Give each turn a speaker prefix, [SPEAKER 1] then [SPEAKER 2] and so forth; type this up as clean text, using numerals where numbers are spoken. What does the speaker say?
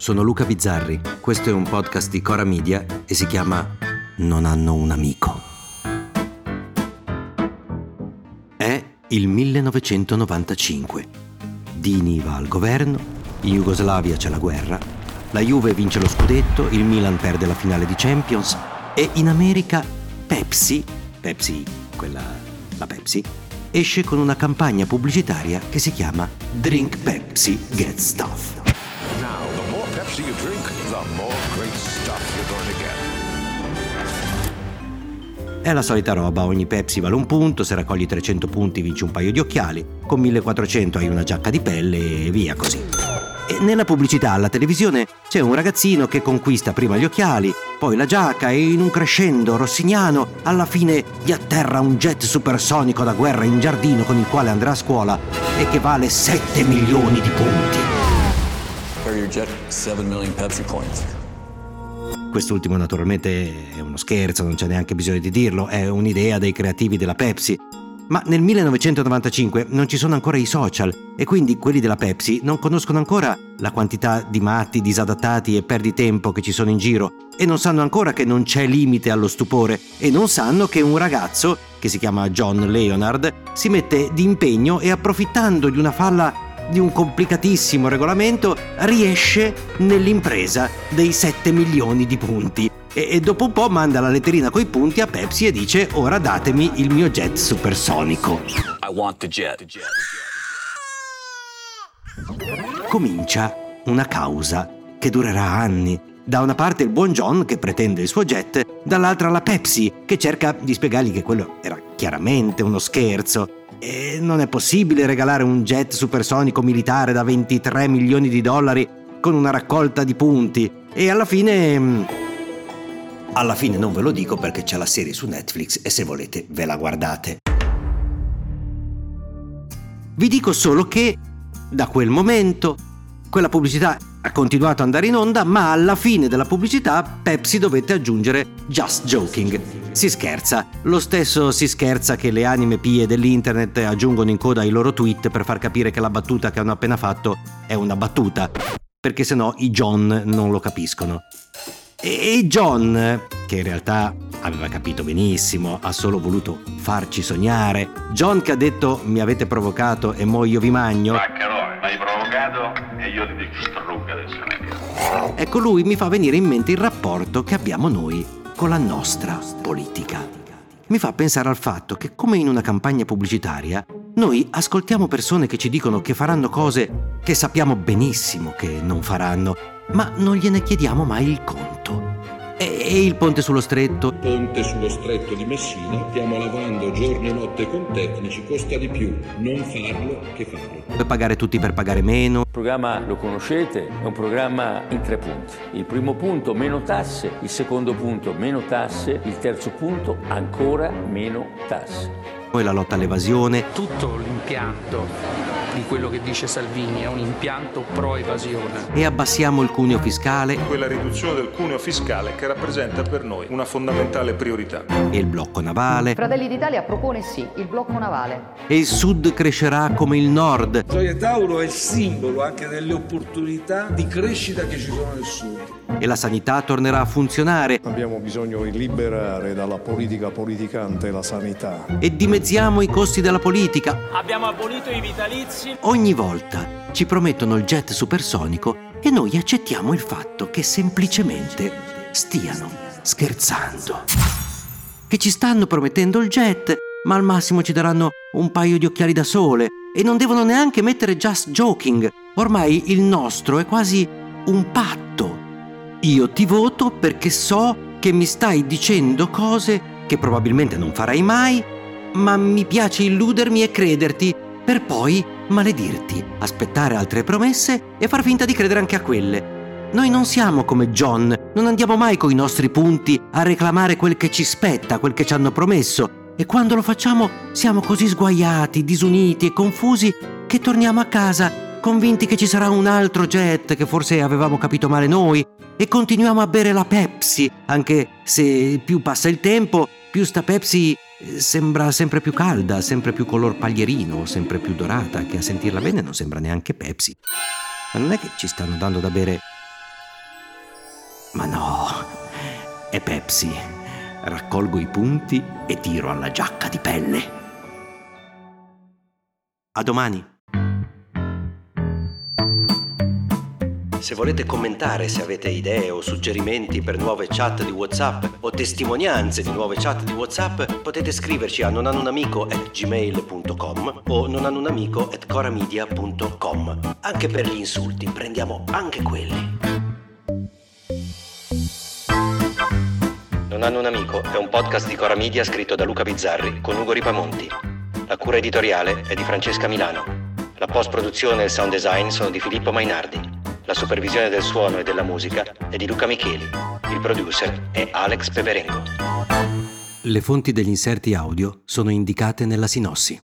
[SPEAKER 1] sono Luca Bizzarri, questo è un podcast di Cora Media e si chiama Non hanno un amico. È il 1995. Dini va al governo, in Jugoslavia c'è la guerra, la Juve vince lo scudetto, il Milan perde la finale di Champions e in America Pepsi, la Pepsi, esce con una campagna pubblicitaria che si chiama Drink Pepsi, Get Stuff.
[SPEAKER 2] Now, the more Pepsi you drink, the more great stuff you're going to get.
[SPEAKER 1] È la solita roba, ogni Pepsi vale un punto, se raccogli 300 punti vinci un paio di occhiali, con 1400 hai una giacca di pelle e via così. E nella pubblicità alla televisione c'è un ragazzino che conquista prima gli occhiali, poi la giacca e in un crescendo rossiniano alla fine gli atterra un jet supersonico da guerra in giardino con il quale andrà a scuola e che vale 7 milioni di punti.
[SPEAKER 3] For your jet, 7 million Pepsi coins.
[SPEAKER 1] Quest'ultimo naturalmente è uno scherzo, non c'è neanche bisogno di dirlo, è un'idea dei creativi della Pepsi. Ma nel 1995 non ci sono ancora i social e quindi quelli della Pepsi non conoscono ancora la quantità di matti, disadattati e perditempo che ci sono in giro e non sanno ancora che non c'è limite allo stupore e non sanno che un ragazzo, che si chiama John Leonard, si mette d'impegno e approfittando di una falla di un complicatissimo regolamento riesce nell'impresa dei 7 milioni di punti. E dopo un po' manda la letterina coi punti a Pepsi e dice: ora datemi il mio jet supersonico.
[SPEAKER 3] I want the jet.
[SPEAKER 1] Comincia una causa che durerà anni. Da una parte il buon John che pretende il suo jet, dall'altra la Pepsi che cerca di spiegargli che quello era chiaramente uno scherzo. E non è possibile regalare un jet supersonico militare da 23 milioni di dollari con una raccolta di punti. E alla fine non ve lo dico perché c'è la serie su Netflix e se volete ve la guardate. Vi dico solo che da quel momento quella pubblicità ha continuato ad andare in onda, ma alla fine della pubblicità Pepsi dovette aggiungere Just Joking. Si scherza, lo stesso si scherza che le anime pie dell'internet aggiungono in coda i loro tweet per far capire che la battuta che hanno appena fatto è una battuta, perché sennò i John non lo capiscono. E John, che in realtà aveva capito benissimo, ha solo voluto farci sognare. John che ha detto: mi avete provocato e mo io vi magno.
[SPEAKER 4] Maccherone, mi hai provocato e io ti distruggo adesso.
[SPEAKER 1] Ecco, lui mi fa venire in mente il rapporto che abbiamo noi con la nostra politica. Mi fa pensare al fatto che, come in una campagna pubblicitaria, noi ascoltiamo persone che ci dicono che faranno cose che sappiamo benissimo che non faranno, ma non gliene chiediamo mai il conto. E il ponte sullo stretto?
[SPEAKER 5] Ponte sullo stretto di Messina, stiamo lavorando giorno e notte con tecnici, costa di più non farlo che farlo.
[SPEAKER 1] Per pagare tutti per pagare meno.
[SPEAKER 6] Il programma lo conoscete, è un programma in 3 punti. Il primo punto, meno tasse, il secondo punto, meno tasse, il terzo punto, ancora meno tasse.
[SPEAKER 1] Poi la lotta all'evasione.
[SPEAKER 7] Tutto l'impianto di quello che dice Salvini è un impianto pro evasione.
[SPEAKER 1] E abbassiamo il cuneo fiscale.
[SPEAKER 8] Quella riduzione del cuneo fiscale che rappresenta per noi una fondamentale priorità.
[SPEAKER 1] E il blocco navale.
[SPEAKER 9] Fratelli d'Italia propone sì, il blocco navale.
[SPEAKER 1] E il sud crescerà come il nord.
[SPEAKER 10] Gioia Tauro è il simbolo anche delle opportunità di crescita che ci sono nel sud.
[SPEAKER 1] E la sanità tornerà a funzionare.
[SPEAKER 11] Abbiamo bisogno di liberare dalla politica politicante la sanità.
[SPEAKER 1] E dimezziamo i costi della politica.
[SPEAKER 12] Abbiamo abolito i vitalizi.
[SPEAKER 1] Ogni volta ci promettono il jet supersonico e noi accettiamo il fatto che semplicemente stiano scherzando. Che ci stanno promettendo il jet, ma al massimo ci daranno un paio di occhiali da sole e non devono neanche mettere Just Joking. Ormai il nostro è quasi un patto. Io ti voto perché so che mi stai dicendo cose che probabilmente non farai mai, ma mi piace illudermi e crederti per poi maledirti, aspettare altre promesse e far finta di credere anche a quelle. Noi non siamo come John, non andiamo mai coi nostri punti a reclamare quel che ci spetta, quel che ci hanno promesso, e quando lo facciamo siamo così sguaiati, disuniti e confusi che torniamo a casa convinti che ci sarà un altro jet che forse avevamo capito male noi e continuiamo a bere la Pepsi, anche se più passa il tempo, più sta Pepsi sembra sempre più calda, sempre più color paglierino, sempre più dorata, che a sentirla bene non sembra neanche Pepsi. Ma non è che ci stanno dando da bere Ma no, è Pepsi. Raccolgo i punti e tiro alla giacca di pelle. A domani. Se volete commentare, se avete idee o suggerimenti per nuove chat di WhatsApp o testimonianze di nuove chat di WhatsApp, potete scriverci a nonhanunamico@gmail.com o nonhanunamico@coramedia.com. Anche per gli insulti, prendiamo anche quelli. Non hanno un amico è un podcast di Cora Media scritto da Luca Bizzarri con Ugo Ripamonti. La cura editoriale è di Francesca Milano. La post-produzione e il sound design sono di Filippo Mainardi. La supervisione del suono e della musica è di Luca Micheli. Il producer è Alex Peperengo. Le fonti degli inserti audio sono indicate nella sinossi.